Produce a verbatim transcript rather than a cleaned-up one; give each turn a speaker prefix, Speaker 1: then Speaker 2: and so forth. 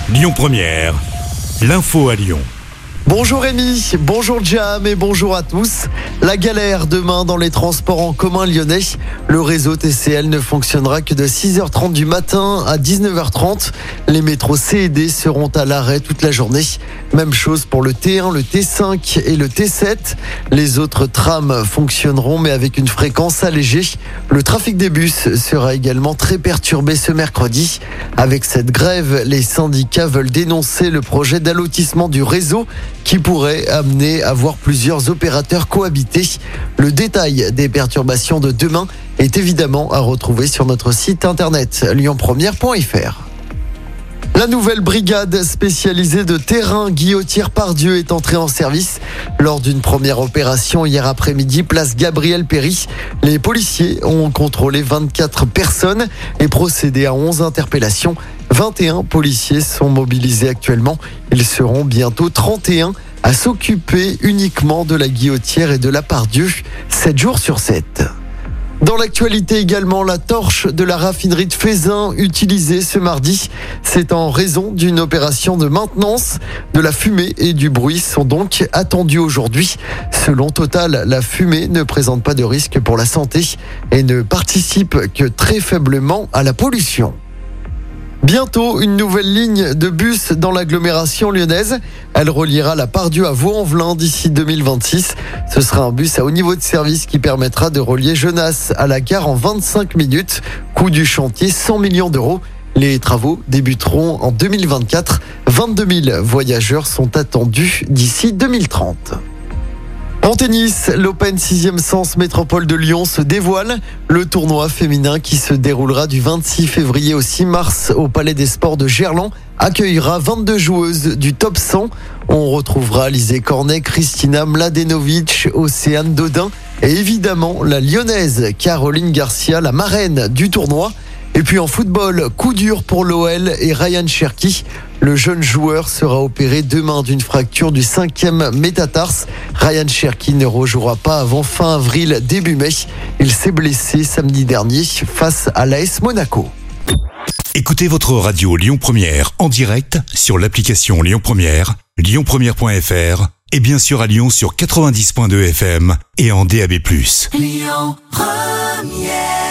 Speaker 1: Lyon Première, l'info à Lyon.
Speaker 2: Bonjour Rémi, bonjour Jam et bonjour à tous. La galère demain dans les transports en commun lyonnais. Le réseau T C L ne fonctionnera que de six heures trente du matin à dix-neuf heures trente. Les métros C et D seront à l'arrêt toute la journée. Même chose pour le T un, le T cinq et le T sept. Les autres trams fonctionneront mais avec une fréquence allégée. Le trafic des bus sera également très perturbé ce mercredi. Avec cette grève, les syndicats veulent dénoncer le projet d'allotissement du réseau qui pourrait amener à voir plusieurs opérateurs cohabiter. Le détail des perturbations de demain est évidemment à retrouver sur notre site internet lyon première point f r. La nouvelle brigade spécialisée de terrain Guillotière-Pardieu est entrée en service lors d'une première opération hier après-midi, place Gabriel Péry. Les policiers ont contrôlé vingt-quatre personnes et procédé à onze interpellations. vingt et un policiers sont mobilisés actuellement. Ils seront bientôt trente et un à s'occuper uniquement de la Guillotière et de la Pardieu, sept jours sur sept. Dans l'actualité également, la torche de la raffinerie de Feyzin utilisée ce mardi. C'est en raison d'une opération de maintenance. De la fumée et du bruit sont donc attendus aujourd'hui. Selon Total, la fumée ne présente pas de risque pour la santé et ne participe que très faiblement à la pollution. Bientôt, une nouvelle ligne de bus dans l'agglomération lyonnaise. Elle reliera la Pardieu à Vaux-en-Velin d'ici deux mille vingt-six. Ce sera un bus à haut niveau de service qui permettra de relier Genasse à la gare en vingt-cinq minutes. Coût du chantier, cent millions d'euros. Les travaux débuteront en deux mille vingt-quatre. vingt-deux mille voyageurs sont attendus d'ici deux mille trente. En tennis, l'Open sixième Sens Métropole de Lyon se dévoile. Le tournoi féminin qui se déroulera du vingt-six février au six mars au Palais des Sports de Gerland accueillera vingt-deux joueuses du top cent. On retrouvera Alizé Cornet, Kristina Mladenovic, Océane Dodin et évidemment la lyonnaise Caroline Garcia, la marraine du tournoi. Et puis en football, coup dur pour l'O L et Ryan Cherki. Le jeune joueur sera opéré demain d'une fracture du cinquième métatarse. Ryan Cherki ne rejouera pas avant fin avril, début mai. Il s'est blessé samedi dernier face à l'A S Monaco.
Speaker 1: Écoutez votre radio Lyon Première en direct sur l'application Lyon Première, lyon première point f r et bien sûr à Lyon sur quatre-vingt-dix point deux F M et en D A B plus.
Speaker 3: Lyon Première.